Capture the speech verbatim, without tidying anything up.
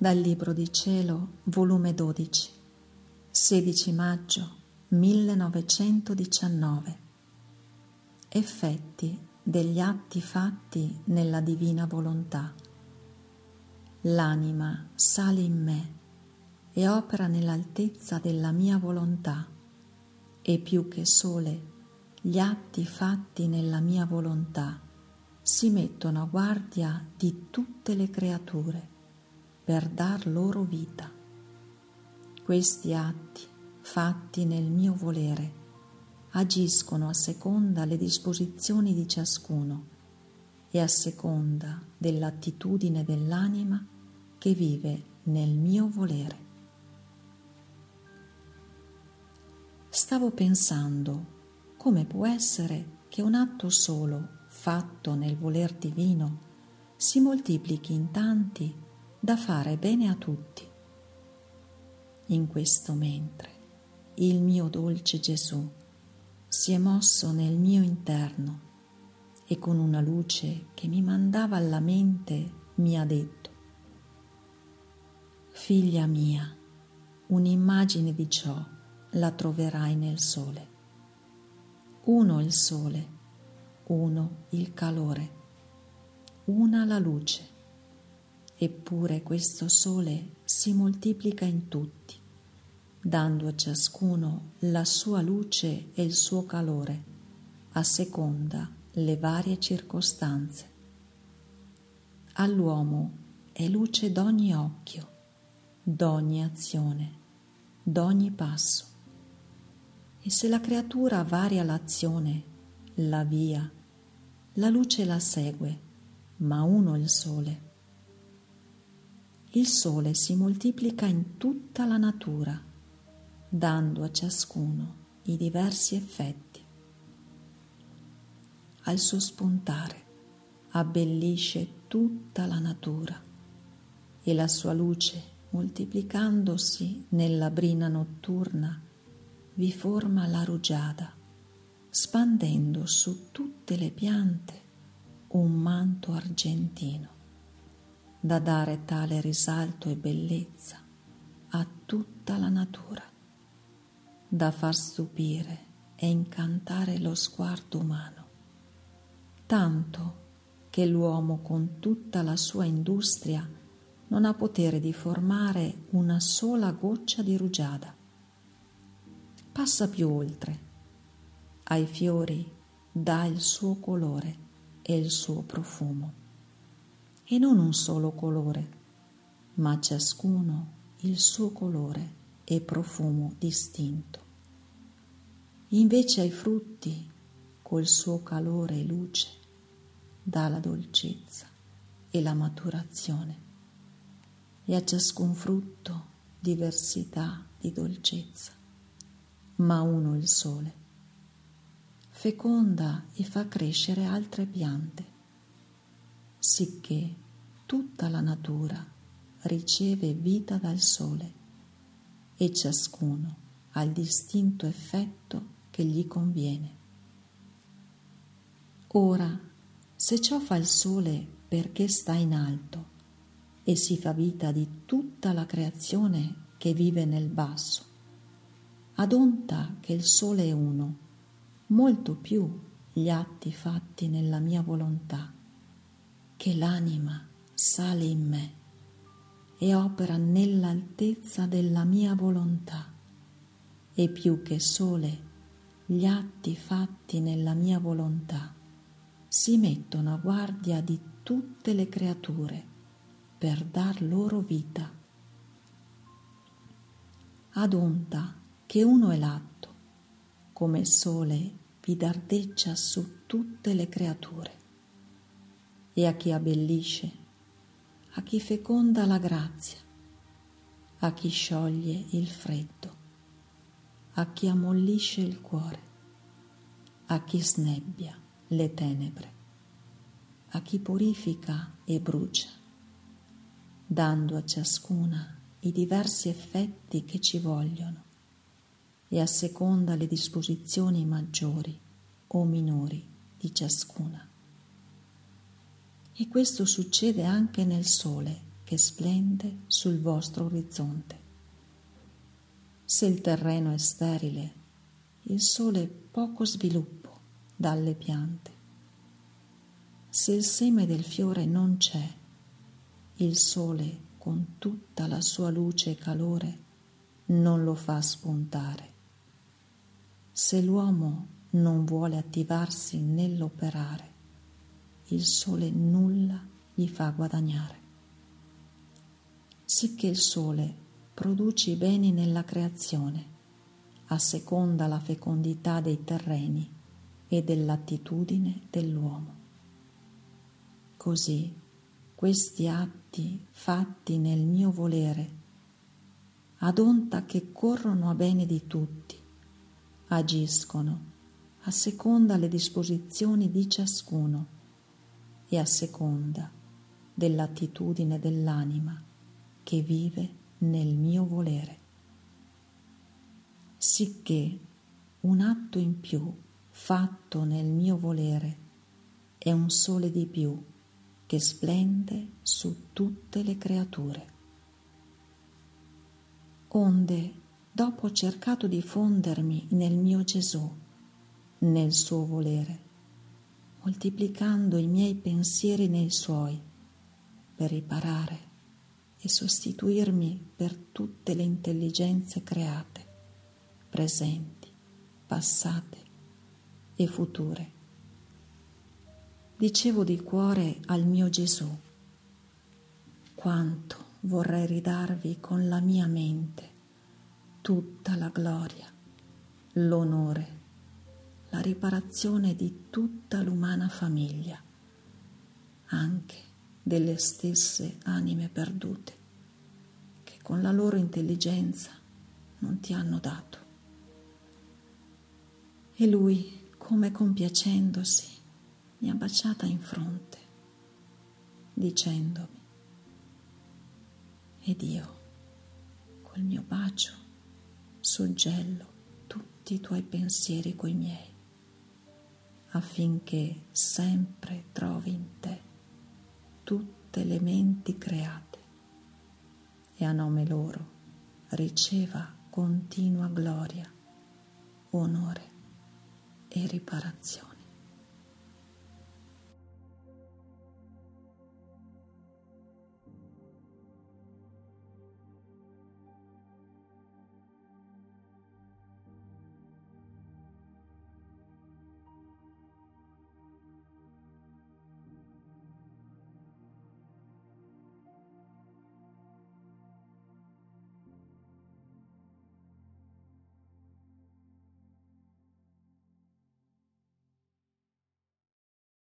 Dal Libro di Cielo, volume dodici, sedici maggio millenovecentodiciannove. Effetti degli atti fatti nella divina volontà. L'anima sale in me e opera nell'altezza della mia volontà, e più che sole gli atti fatti nella mia volontà si mettono a guardia di tutte le creature per dar loro vita. Questi atti, fatti nel mio volere, agiscono a seconda le disposizioni di ciascuno e a seconda dell'attitudine dell'anima che vive nel mio volere. Stavo pensando come può essere che un atto solo, fatto nel voler divino, si moltiplichi in tanti da fare bene a tutti. In questo mentre il mio dolce Gesù si è mosso nel mio interno e con una luce che mi mandava alla mente mi ha detto: figlia mia, un'immagine di ciò la troverai nel sole. Uno il sole, uno il calore, una la luce. Eppure questo sole si moltiplica in tutti, dando a ciascuno la sua luce e il suo calore, a seconda le varie circostanze. All'uomo è luce d'ogni occhio, d'ogni azione, d'ogni passo. E se la creatura varia l'azione, la via, la luce la segue, ma uno il sole. Il sole si moltiplica in tutta la natura, dando a ciascuno i diversi effetti. Al suo spuntare abbellisce tutta la natura e la sua luce, moltiplicandosi nella brina notturna, vi forma la rugiada, spandendo su tutte le piante un manto argentino, da dare tale risalto e bellezza a tutta la natura, da far stupire e incantare lo sguardo umano, tanto che l'uomo con tutta la sua industria non ha potere di formare una sola goccia di rugiada. Passa più oltre, ai fiori dà il suo colore e il suo profumo. E non un solo colore, ma ciascuno il suo colore e profumo distinto. Invece ai frutti, col suo calore e luce, dà la dolcezza e la maturazione, e a ciascun frutto diversità di dolcezza, ma uno il sole. Feconda e fa crescere altre piante, sicché tutta la natura riceve vita dal sole e ciascuno ha il distinto effetto che gli conviene. Ora, se ciò fa il sole perché sta in alto e si fa vita di tutta la creazione che vive nel basso, adonta che il sole è uno, molto più gli atti fatti nella mia volontà, che l'anima sale in me e opera nell'altezza della mia volontà, e più che sole gli atti fatti nella mia volontà si mettono a guardia di tutte le creature per dar loro vita. Adonta che uno è l'atto, come sole vi dardeggia su tutte le creature, e a chi abbellisce, a chi feconda la grazia, a chi scioglie il freddo, a chi ammollisce il cuore, a chi snebbia le tenebre, a chi purifica e brucia, dando a ciascuna i diversi effetti che ci vogliono e a seconda le disposizioni maggiori o minori di ciascuna. E questo succede anche nel sole che splende sul vostro orizzonte. Se il terreno è sterile, il sole poco sviluppo dalle piante. Se il seme del fiore non c'è, il sole con tutta la sua luce e calore non lo fa spuntare. Se l'uomo non vuole attivarsi nell'operare, il sole nulla gli fa guadagnare. Sicché il sole produce i beni nella creazione, asseconda la fecondità dei terreni e dell'attitudine dell'uomo. Così questi atti fatti nel mio volere, ad onta che corrono a bene di tutti, agiscono a seconda le disposizioni di ciascuno e a seconda dell'attitudine dell'anima che vive nel mio volere. Sicché un atto in più fatto nel mio volere è un sole di più che splende su tutte le creature. Onde, dopo ho cercato di fondermi nel mio Gesù, nel suo volere, moltiplicando i miei pensieri nei suoi, per riparare e sostituirmi per tutte le intelligenze create, presenti, passate e future. Dicevo di cuore al mio Gesù: quanto vorrei ridarvi con la mia mente tutta la gloria, l'onore, la riparazione di tutta l'umana famiglia, anche delle stesse anime perdute, che con la loro intelligenza non ti hanno dato. E lui, come compiacendosi, mi ha baciata in fronte, dicendomi: ed io, col mio bacio, suggello tutti i tuoi pensieri coi miei, affinché sempre trovi in te tutte le menti create e a nome loro riceva continua gloria, onore e riparazione.